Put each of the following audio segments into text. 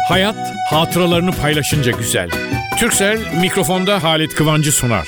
Hayat hatıralarını paylaşınca güzel. Turkcell mikrofonda Halit Kıvancı sunar.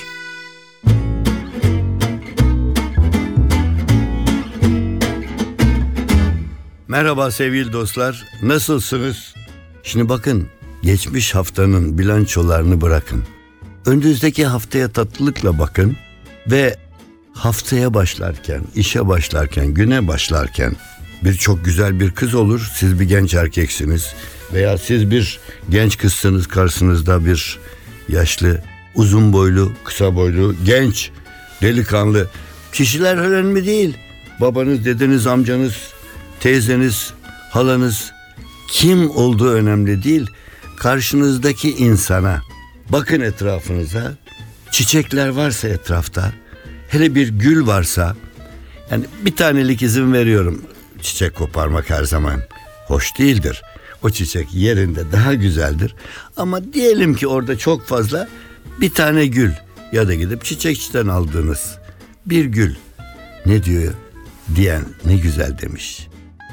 Merhaba sevgili dostlar, nasılsınız? Şimdi bakın, geçmiş haftanın bilançolarını bırakın. Önünüzdeki haftaya tatlılıkla bakın ve haftaya başlarken, işe başlarken, güne başlarken çok güzel bir kız olur, siz bir genç erkeksiniz veya siz bir genç kızsınız, karşınızda bir yaşlı, uzun boylu, kısa boylu, genç, delikanlı. Kişiler önemli değil. Babanız, dedeniz, amcanız, teyzeniz, halanız, kim olduğu önemli değil. Karşınızdaki insana bakın, etrafınıza çiçekler varsa etrafta, hele bir gül varsa, yani bir tanelik izin veriyorum, çiçek koparmak her zaman hoş değildir. O çiçek yerinde daha güzeldir. Ama diyelim ki orada çok fazla, bir tane gül ya da gidip çiçekçiden aldığınız bir gül, ne diyor diyen ne güzel demiş.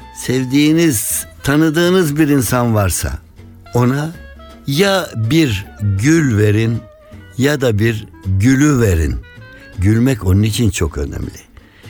Sevdiğiniz, tanıdığınız bir insan varsa ona ya bir gül verin ya da bir gülü verin. Gülmek onun için çok önemli.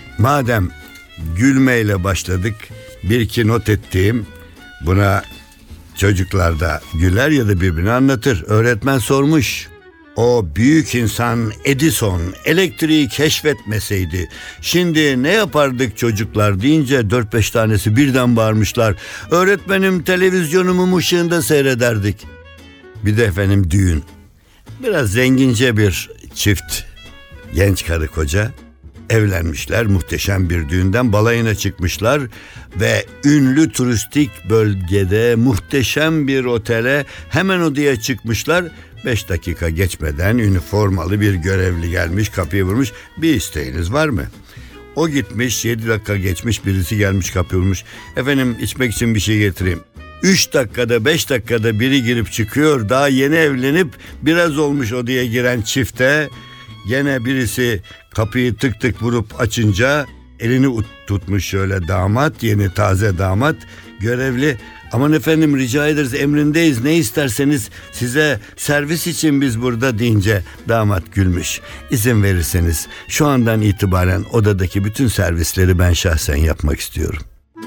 Madem gülmeyle başladık, bir iki not ettiğim, buna çocuklar da güler ya da birbirini anlatır. Öğretmen sormuş, o büyük insan Edison elektriği keşfetmeseydi şimdi ne yapardık çocuklar deyince 4-5 tanesi birden bağırmışlar. Öğretmenim, televizyonumun ışığında seyrederdik. Bir de efendim düğün. Biraz zengince bir çift, genç karı koca evlenmişler, muhteşem bir düğünden balayına çıkmışlar ve ünlü turistik bölgede muhteşem bir otele hemen odaya çıkmışlar. 5 dakika geçmeden üniformalı bir görevli gelmiş, kapıyı vurmuş. Bir isteğiniz var mı? O gitmiş, 7 dakika geçmiş, birisi gelmiş, kapıyı vurmuş. Efendim, içmek için bir şey getireyim. 3 dakikada 5 dakikada biri girip çıkıyor. Daha yeni evlenip biraz olmuş odaya giren çifte gene birisi kapıyı tık tık vurup açınca elini tutmuş şöyle damat, yeni taze damat, görevli. Aman efendim, rica ederiz, emrindeyiz, ne isterseniz, size servis için biz burada deyince damat gülmüş. İzin verirseniz şu andan itibaren odadaki bütün servisleri ben şahsen yapmak istiyorum.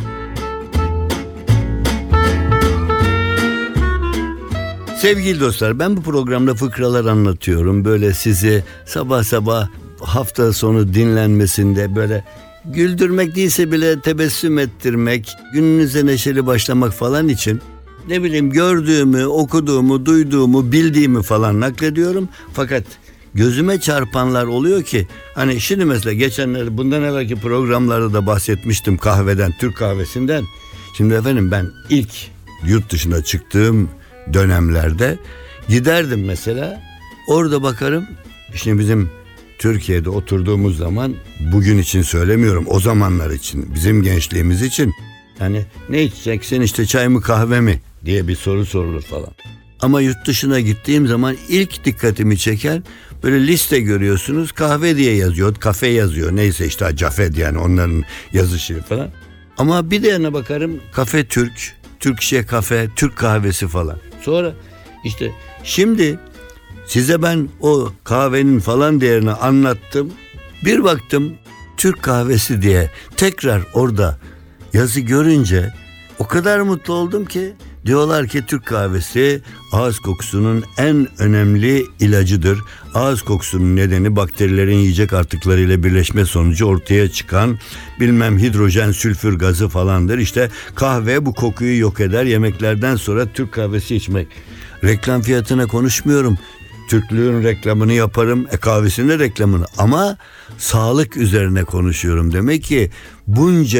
Sevgili dostlar, ben bu programda fıkralar anlatıyorum. Böyle sizi sabah sabah hafta sonu dinlenmesinde böyle güldürmek değilse bile tebessüm ettirmek, gününüze neşeli başlamak falan için, ne bileyim, gördüğümü, okuduğumu, duyduğumu, bildiğimi falan naklediyorum. Fakat gözüme çarpanlar oluyor ki, hani şimdi mesela geçenlerde, bundan evvelki programlarda da bahsetmiştim kahveden, Türk kahvesinden. Şimdi efendim, ben ilk yurt dışına çıktığım dönemlerde giderdim mesela, orada bakarım. Şimdi bizim Türkiye'de oturduğumuz zaman, bugün için söylemiyorum, o zamanlar için, bizim gençliğimiz için, yani ne içeceksin, işte çay mı kahve mi diye bir soru sorulur falan. Ama yurt dışına gittiğim zaman ilk dikkatimi çeken, böyle liste görüyorsunuz, kahve diye yazıyor, kafe yazıyor, neyse işte cafet, yani onların yazışı falan. Ama bir de yana bakarım, kafe Türk, Türkçe kafe, Türk kahvesi falan. Sonra işte şimdi size ben o kahvenin falan değerini anlattım. Bir baktım Türk kahvesi diye tekrar orada yazı görünce o kadar mutlu oldum ki, diyorlar ki Türk kahvesi ağız kokusunun en önemli ilacıdır. Ağız kokusunun nedeni bakterilerin yiyecek artıklarıyla birleşme sonucu ortaya çıkan bilmem hidrojen sülfür gazı falandır. İşte kahve bu kokuyu yok eder. Yemeklerden sonra Türk kahvesi içmek. Reklam fiyatına konuşmuyorum. Türklüğün reklamını yaparım, kahvesinin reklamını, ama sağlık üzerine konuşuyorum. Demek ki bunca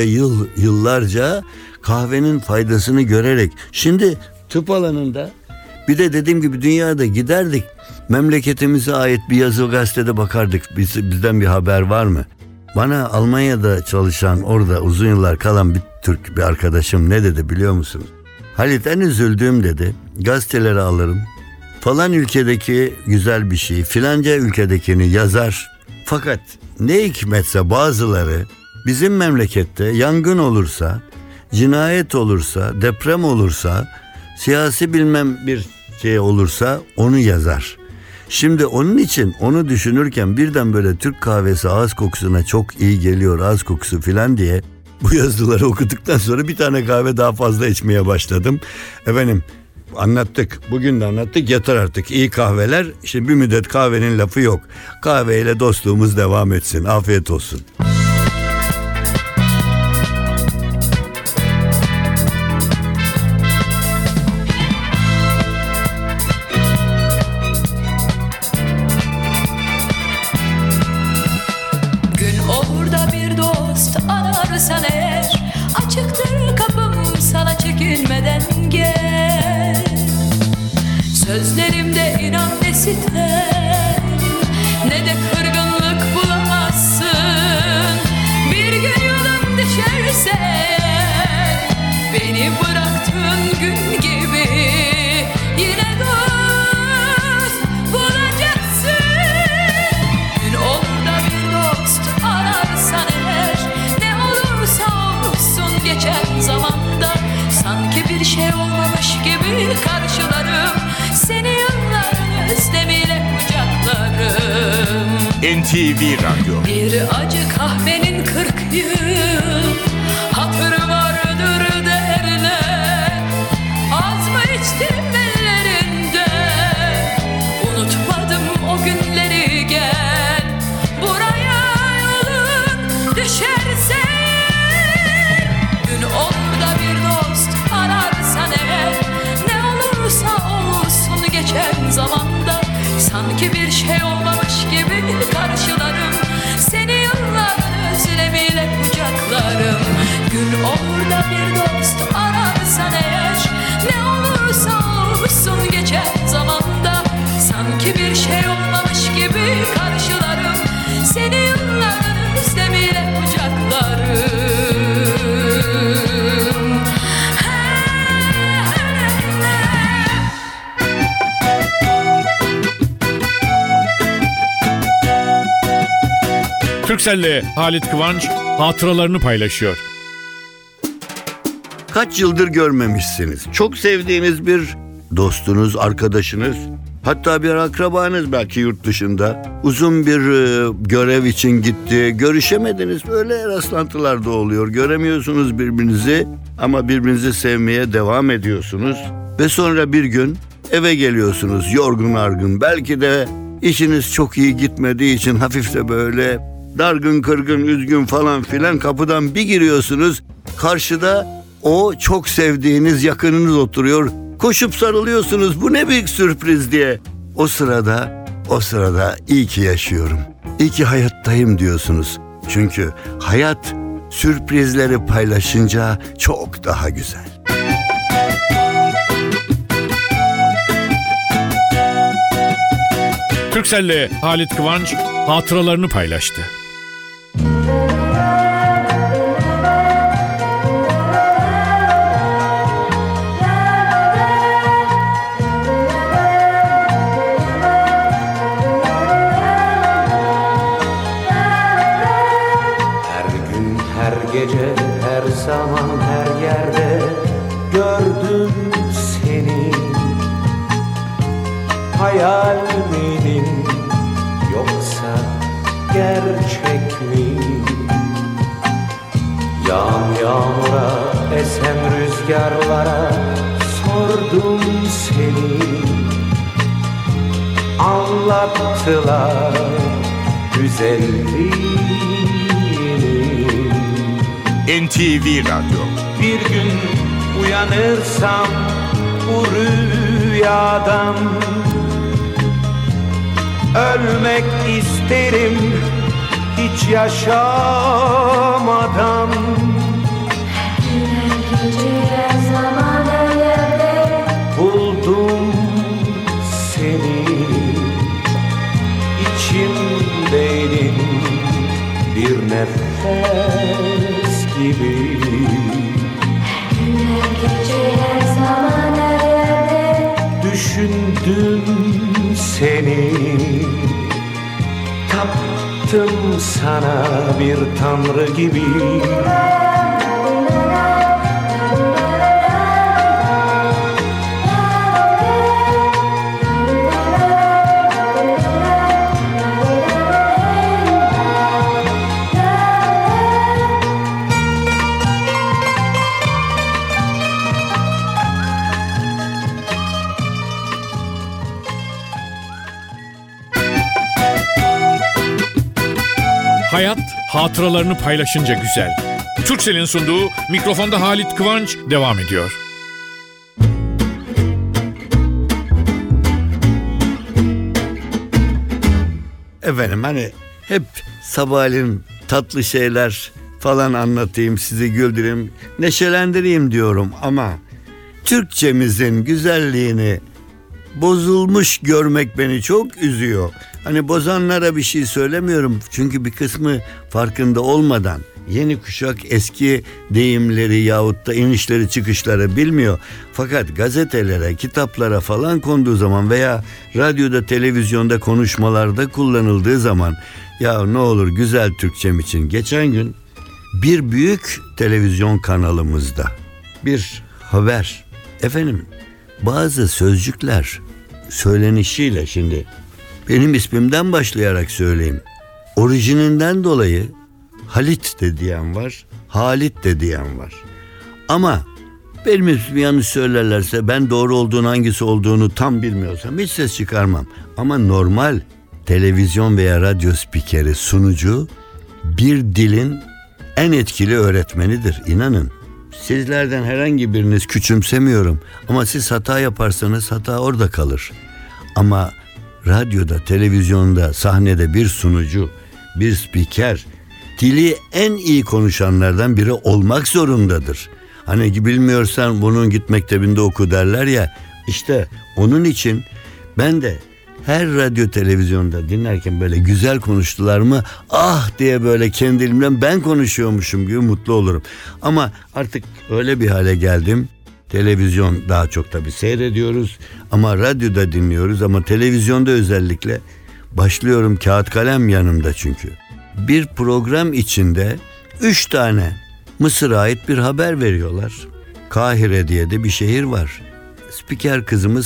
yıllarca kahvenin faydasını görerek, şimdi tıp alanında, bir de dediğim gibi dünyada giderdik, memleketimize ait bir yazı gazetede bakardık, bizden bir haber var mı? Bana Almanya'da çalışan, orada uzun yıllar kalan bir Türk bir arkadaşım ne dedi biliyor musunuz? Halit, en üzüldüğüm dedi, gazeteleri alırım, falan ülkedeki güzel bir şey, filanca ülkedekini yazar. Fakat ne hikmetse bazıları bizim memlekette yangın olursa, cinayet olursa, deprem olursa, Siyasi bilmem bir şey olursa onu yazar. Şimdi onun için onu düşünürken birden böyle Türk kahvesi ağız kokusuna çok iyi geliyor, ağız kokusu filan diye bu yazıları okuduktan sonra bir tane kahve daha fazla içmeye başladım. Efendim anlattık, bugün de anlattık, yeter artık, iyi kahveler. İşte bir müddet kahvenin lafı yok. Kahveyle dostluğumuz devam etsin. Afiyet olsun. Ararsan eğer açıktır kapım, sana çekinmeden gel. Sözlerimde inan ne sitem ne de kırgınlık bulamazsın. Bir gün yolun düşerse beni bıraktığın gün gibi yine dost bulacaksın. Gün olur da bir dost ararsan eğer, geçen zamanda sanki bir şey olmamış gibi karşılarım. Seni yılların özlemiyle kucaklarım. NTV Radyo. Bir acı kahvenin 40 yıl hatırı vardır derler. Az mı içtim ellerinde, unutmadım o günleri. Gel buraya yolun düşerse, olur da bir dost ararsan eğer, ne olursa olsun geçen zamanda sanki bir şey olmamış gibi karşılarım. Seni yılların özlemiyle kucaklarım. Gün olur da bir dost ararsan eğer, ne olursa olsun geçen zamanda sanki bir şey olmamış gibi karşılarım. Seni yılların özlemiyle kucaklarım. Turkcell'le Halit Kıvanç hatıralarını paylaşıyor. Kaç yıldır görmemişsiniz. Çok sevdiğiniz bir dostunuz, arkadaşınız, hatta bir akrabanız belki yurt dışında uzun bir görev için gitti. Görüşemediniz. Böyle rastlantılar da oluyor. Göremiyorsunuz birbirinizi ama birbirinizi sevmeye devam ediyorsunuz. Ve sonra bir gün eve geliyorsunuz yorgun argın. Belki de işiniz çok iyi gitmediği için hafif de böyle dargın, kırgın, üzgün falan filan, kapıdan bir giriyorsunuz. Karşıda o çok sevdiğiniz yakınınız oturuyor. Koşup sarılıyorsunuz. Bu ne büyük sürpriz diye. O sırada iyi ki yaşıyorum. İyi ki hayattayım diyorsunuz. Çünkü hayat sürprizleri paylaşınca çok daha güzel. Turkcell'le Halit Kıvanç hatıralarını paylaştı. Gece, her zaman, her yerde gördüm seni. Hayal miydin yoksa gerçek mi? Yağmura, esen rüzgarlara sordum seni. Anlattılar güzelliğini. NTV Radyo. Bir gün uyanırsam bu rüyadan, ölmek isterim hiç yaşamadan. Gece zaman yerde Buldum seni, içimdeydin bir nefes gibi. gece zaman yerde Düşündüm seni, taptım sana bir tanrı gibi. hatıralarını paylaşınca güzel. Turkcell'in sunduğu Mikrofonda Halit Kıvanç devam ediyor. Efendim hani hep sabahleyin tatlı şeyler falan anlatayım, sizi güldüreyim, neşelendireyim diyorum ama Türkçemizin güzelliğini bozulmuş görmek beni çok üzüyor. Hani bozanlara bir şey söylemiyorum çünkü bir kısmı farkında olmadan yeni kuşak eski deyimleri yahut da inişleri çıkışları bilmiyor. Fakat gazetelere, kitaplara falan konduğu zaman veya radyoda, televizyonda, konuşmalarda kullanıldığı zaman ya ne olur güzel Türkçem için. Geçen gün bir büyük televizyon kanalımızda bir haber. Efendim bazı sözcükler söylenişiyle, şimdi benim ismimden başlayarak söyleyeyim. Orijininden dolayı Halit de diyen var, Halit de diyen var. Ama benim ismimi yanlış söylerlerse, ben doğru olduğunu, hangisi olduğunu tam bilmiyorsam hiç ses çıkarmam. Ama normal televizyon veya radyo spikeri, sunucu bir dilin en etkili öğretmenidir. İnanın. Sizlerden herhangi biriniz küçümsemiyorum ama siz hata yaparsanız hata orada kalır. Ama radyoda, televizyonda, sahnede bir sunucu, bir spiker dili en iyi konuşanlardan biri olmak zorundadır. Hani bilmiyorsan bunun git mektebinde oku derler ya, işte onun için ben de her radyo televizyonda dinlerken böyle güzel konuştular mı ah diye böyle kendimden ben konuşuyormuşum gibi mutlu olurum. Ama artık öyle bir hale geldim. Televizyon daha çok tabii seyrediyoruz ama radyoda dinliyoruz ama televizyonda özellikle başlıyorum, kağıt kalem yanımda çünkü. Bir program içinde 3 tane Mısır'a ait bir haber veriyorlar. Kahire diye de bir şehir var. Spiker kızımız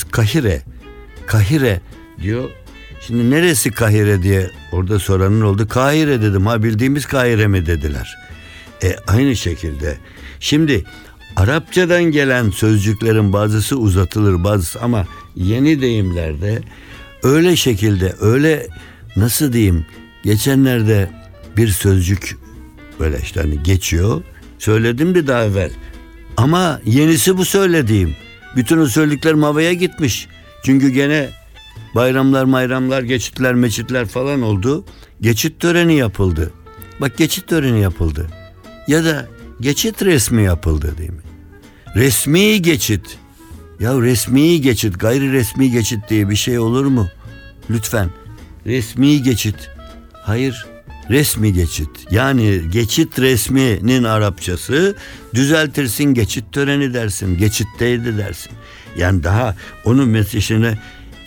Kahire diyor. Şimdi neresi Kahire diye orada soranın oldu. Kahire dedim, ha bildiğimiz Kahire mi dediler. Aynı şekilde. Şimdi Arapçadan gelen sözcüklerin bazısı uzatılır, bazısı ama yeni deyimlerde öyle şekilde, öyle nasıl diyeyim, geçenlerde bir sözcük böyle işte hani geçiyor. Söyledim de daha evvel. Ama yenisi bu söylediğim. Bütün o söylediklerim havaya gitmiş. Çünkü gene bayramlar, geçitler, meçitler falan oldu. Geçit töreni yapıldı. Bak geçit töreni yapıldı. Ya da geçit resmi yapıldı değil mi? Resmi geçit. Ya resmi geçit, gayri resmi geçit diye bir şey olur mu? Lütfen. Resmi geçit. Hayır, resmi geçit. Yani geçit resminin Arapçası, düzeltirsin geçit töreni dersin. Geçitteydi dersin. Yani daha onun mesajını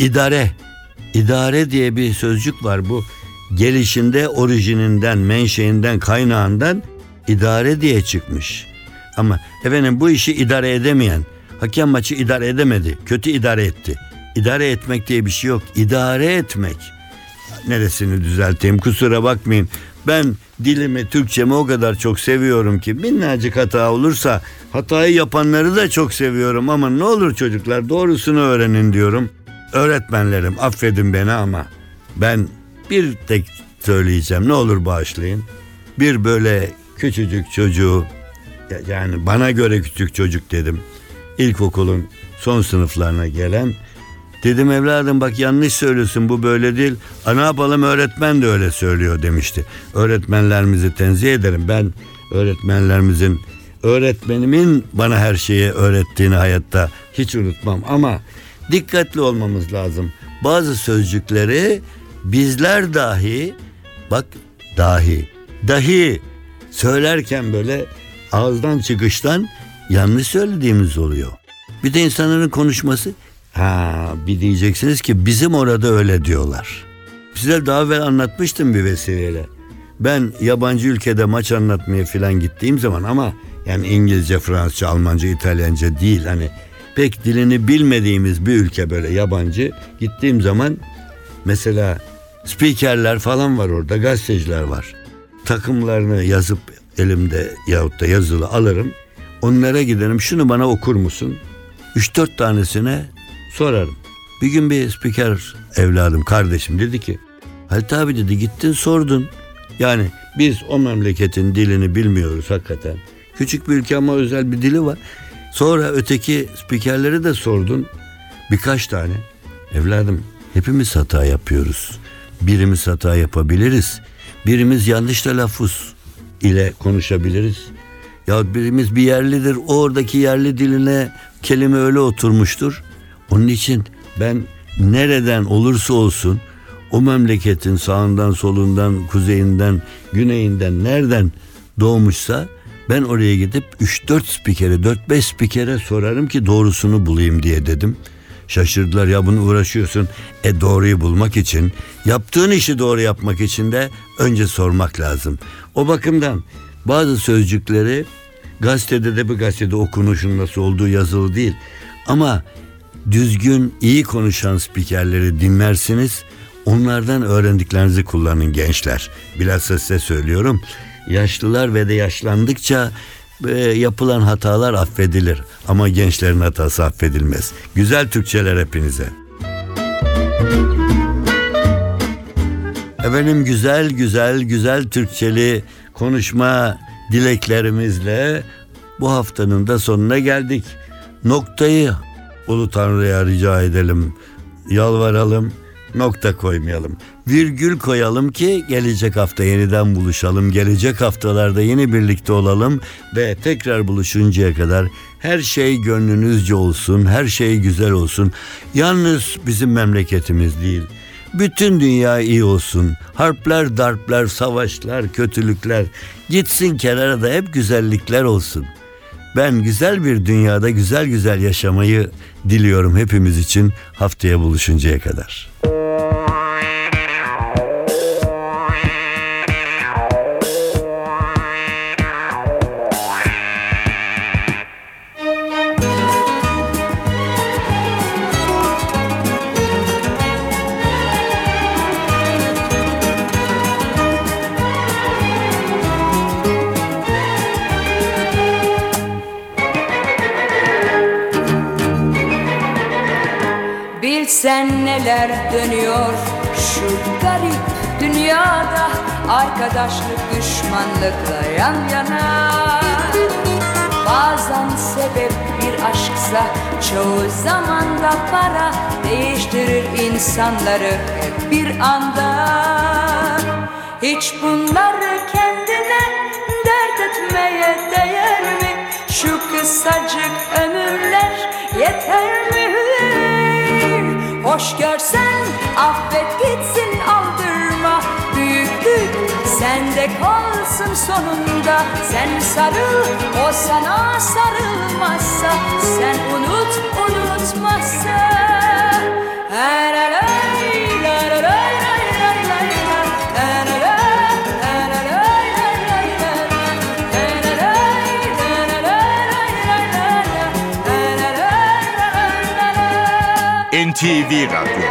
İdare diye bir sözcük var. Bu gelişinde orijininden, menşeinden, kaynağından idare diye çıkmış. Ama efendim bu işi idare edemeyen, hakem maçı idare edemedi, kötü idare etti. İdare etmek diye bir şey yok. İdare etmek. Neresini düzelteyim, kusura bakmayın. Ben dilimi, Türkçemi o kadar çok seviyorum ki minnacık hata olursa hatayı yapanları da çok seviyorum ama ne olur çocuklar doğrusunu öğrenin diyorum. Öğretmenlerim affedin beni ama ben bir tek söyleyeceğim, ne olur bağışlayın. Bir böyle küçücük çocuğu, yani bana göre küçük çocuk dedim, ilkokulun son sınıflarına gelen, dedim evladım bak yanlış söylüyorsun, bu böyle değil. Ne yapalım, öğretmen de öyle söylüyor demişti. Öğretmenlerimizi tenzih ederim. Ben öğretmenimin bana her şeyi öğrettiğini hayatta hiç unutmam ama dikkatli olmamız lazım. Bazı sözcükleri bizler dahi söylerken böyle ağızdan çıkıştan yanlış söylediğimiz oluyor. Bir de insanların konuşması, bir diyeceksiniz ki bizim orada öyle diyorlar. Size daha evvel anlatmıştım bir vesileyle. Ben yabancı ülkede maç anlatmaya falan gittiğim zaman ama yani İngilizce, Fransızca, Almanca, İtalyanca değil, hani pek dilini bilmediğimiz bir ülke, böyle yabancı gittiğim zaman mesela spikerler falan var orada, gazeteciler var. Takımlarını yazıp elimde yahut da yazılı alırım. Onlara giderim, şunu bana okur musun? 3-4 tanesine sorarım. Bir gün bir spiker evladım, kardeşim dedi ki, Halit abi dedi, gittin sordun. Yani Biz o memleketin dilini bilmiyoruz hakikaten. Küçük bir ülke ama özel bir dili var. Sonra öteki spikerleri de sordun. Birkaç tane. Evladım, hepimiz hata yapıyoruz. Birimiz hata yapabiliriz. Birimiz yanlış telaffuz ile konuşabiliriz. Ya birimiz bir yerlidir. Oradaki yerli diline kelime öyle oturmuştur. Onun için ben nereden olursa olsun o memleketin sağından, solundan, kuzeyinden, güneyinden nereden doğmuşsa ben oraya gidip 3-4 spikere, 4-5 spikere sorarım ki doğrusunu bulayım diye dedim. Şaşırdılar, ya bunu uğraşıyorsun. Doğruyu bulmak için, yaptığın işi doğru yapmak için de önce sormak lazım. O bakımdan bazı sözcükleri gazetede de, bir gazetede okunuşun nasıl olduğu yazılı değil. Ama düzgün, iyi konuşan spikerleri dinlersiniz. Onlardan öğrendiklerinizi kullanın gençler. Bilhassa size söylüyorum. Yaşlılar ve de yaşlandıkça yapılan hatalar affedilir. Ama gençlerin hatası affedilmez. Güzel Türkçeler hepinize. Efendim, güzel Türkçeli konuşma dileklerimizle bu haftanın da sonuna geldik. Noktayı Ulu Tanrı'ya rica edelim, yalvaralım, nokta koymayalım. Virgül koyalım ki gelecek hafta yeniden buluşalım. Gelecek haftalarda yine birlikte olalım ve tekrar buluşuncaya kadar her şey gönlünüzce olsun, her şey güzel olsun. Yalnız bizim memleketimiz değil, bütün dünya iyi olsun. Harpler, darplar, savaşlar, kötülükler gitsin kenara, da hep güzellikler olsun. Ben güzel bir dünyada güzel yaşamayı diliyorum hepimiz için, haftaya buluşuncaya kadar. Bilsen neler dönüyor şu garip dünyada, arkadaşlık düşmanlıkla yan yana. Bazen sebep bir aşksa çoğu zaman da para değiştirir insanları hep bir anda. Hiç bunları kendine dert etmeye değer mi? Şu kısacık ömürler yeter mi? Hoş görsen affet gitsin, aldırma. Büyüklük sende kalsın sonunda. Sen sarıl, o sana sarılmazsa. Sen unut, unutmazsa. NTV Radyo.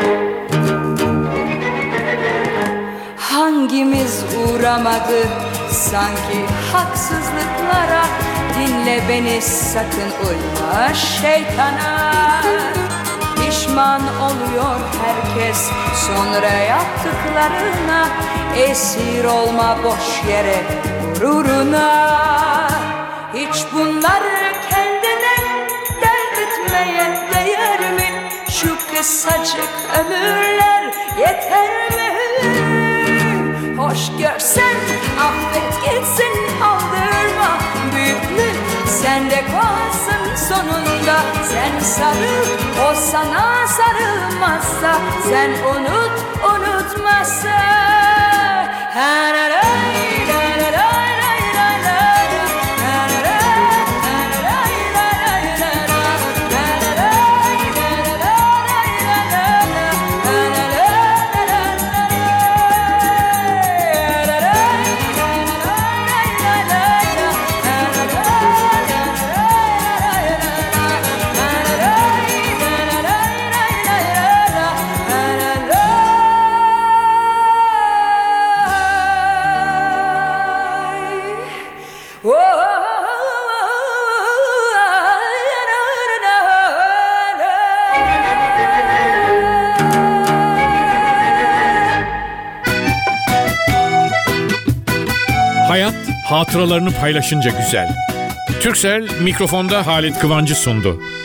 Hangimiz uğramadı sanki haksızlıklara? Dinle beni, sakın uyma şeytana. Pişman oluyor herkes sonra yaptıklarına. Esir olma boş yere gururuna. Hiç bunları kendine dert etmeye değer mi? Şu kısacık ömürler yeter mi? Hoş görsen affet gitsin, aldırma. Büyüklük sende kalsın sonunda. Sen sarıl, o sana sarılmazsa. Sen unut, unutmazsa. Hayat hatıralarını paylaşınca güzel. Turkcell mikrofonda Halit Kıvancı sundu.